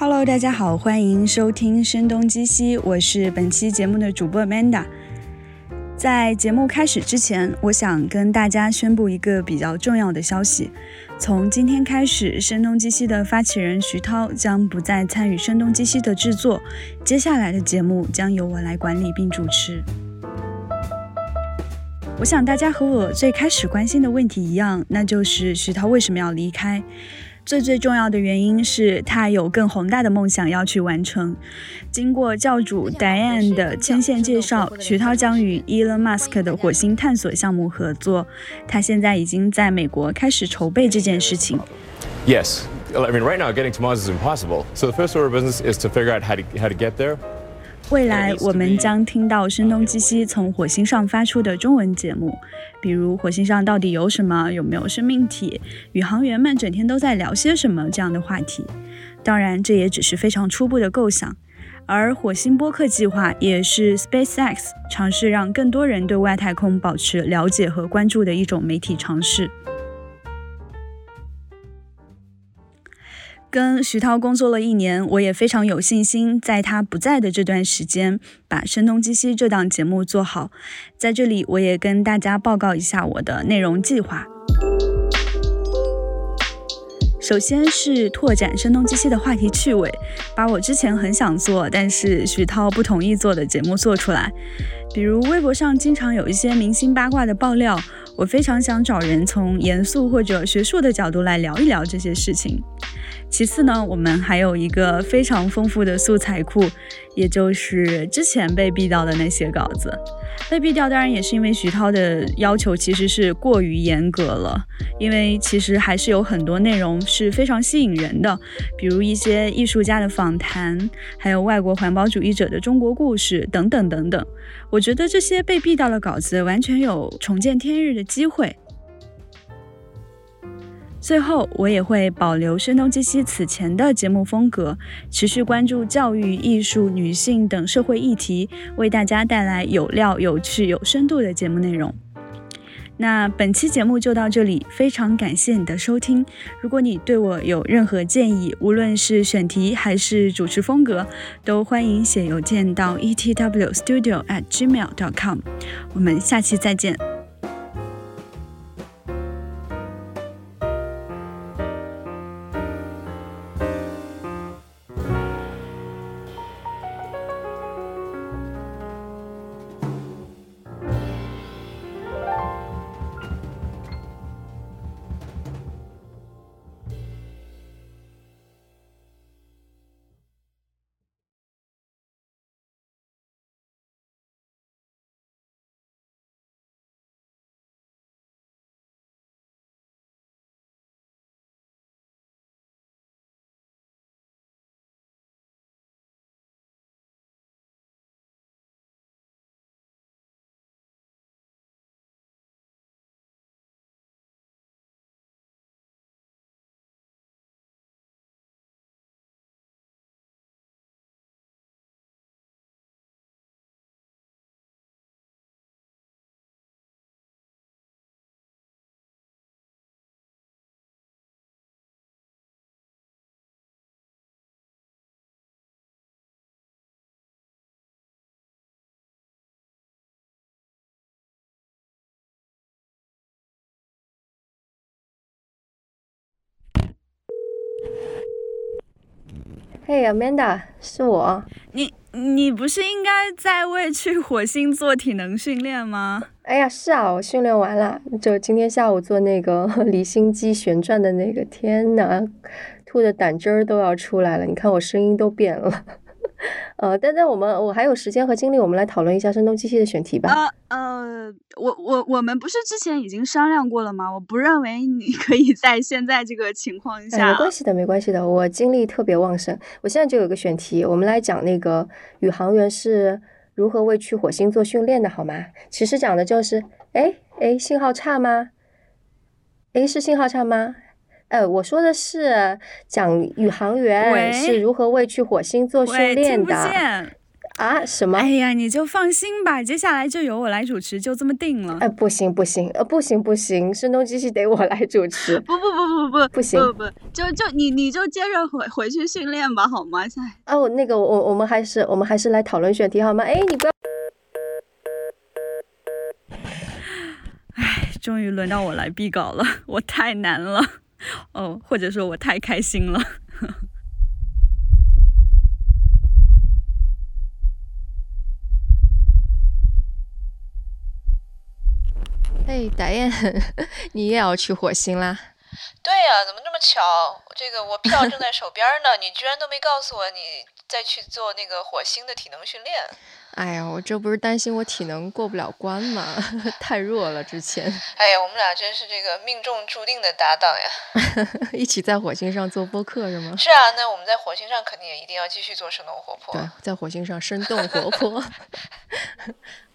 Hello， 大家好，欢迎收听声东击西，我是本期节目的主播 Amanda。在节目开始之前，我想跟大家宣布一个比较重要的消息。从今天开始，声东击西的发起人徐涛将不再参与声东击西的制作，接下来的节目将由我来管理并主持。我想大家和我最开始关心的问题一样，那就是徐涛为什么要离开。最重要的原因是他有更宏大的梦想要去完成。经过教主 Diane 的牵线介绍，徐涛将与 Elon Musk 的火星探索项目合作。他现在已经在美国开始筹备这件事情。 Yes, I mean right now getting to Mars is impossible. So the first order of business is to figure out how to get there. 未来我们将听到声东击西从火星上发出的中文节目，比如火星上到底有什么，有没有生命体，宇航员们整天都在聊些什么这样的话题。当然这也只是非常初步的构想，而火星播客计划也是 SpaceX 尝试让更多人对外太空保持了解和关注的一种媒体尝试。跟徐涛工作了1年，我也非常有信心，在他不在的这段时间，把声东击西这档节目做好。在这里，我也跟大家报告一下我的内容计划。首先是拓展声东击西的话题趣味，把我之前很想做，但是徐涛不同意做的节目做出来。比如微博上经常有一些明星八卦的爆料，我非常想找人从严肃或者学术的角度来聊一聊这些事情。其次呢，我们还有一个非常丰富的素材库，也就是之前被毙掉的那些稿子。被毙掉当然也是因为徐涛的要求其实是过于严格了，因为其实还是有很多内容是非常吸引人的，比如一些艺术家的访谈，还有外国环保主义者的中国故事等等等等。我觉得这些被毙掉的稿子完全有重见天日的机会。最后我也会保留声东击西此前的节目风格，持续关注教育、艺术、女性等社会议题，为大家带来有料、有趣、有深度的节目内容。那本期节目就到这里，非常感谢你的收听。如果你对我有任何建议，无论是选题还是主持风格，都欢迎写邮件到 etwstudio@gmail.com。 我们下期再见。 嘿、Amanda， 是我。 你不是应该在为去火星做体能训练吗？ 哎呀，是啊，我训练完了，就今天下午做那个离心机旋转的那个，天哪，吐的胆汁儿都要出来了，你看我声音都变了。但我还有时间和精力，我们来讨论一下声东击西的选题吧。 我们不是之前已经商量过了吗？我不认为你可以在现在这个情况下。 没关系的，我精力特别旺盛。我现在就有个选题，我们来讲那个宇航员是如何为去火星做训练的，好吗？其实讲的就是，信号差吗？是信号差吗？我说的是讲宇航员是如何为去火星做训练的。 听不见啊？什么？ 哎呀，你就放心吧，接下来就由我来主持，就这么定了。 不行，声东击西得我来主持。 不， 不行不，就你就接着回去训练吧，好吗？ 哦，那个我们还是来讨论选题好吗？哎，你不要。 唉，终于轮到我来逼稿了，我太难了，或者说我太开心了。 嘿，达燕，你也要去火星啦？ 对呀，怎么这么巧？我票正在手边呢，你居然都没告诉我你再去做那个火星的体能训练。 哎呀，我这不是担心我体能过不了关吗？太弱了之前。 哎呀，我们俩真是命中注定的搭档呀！ 一起在火星上做播客是吗？ 是啊，那我们在火星上肯定也一定要继续做生动活泼。 对，在火星上生动活泼。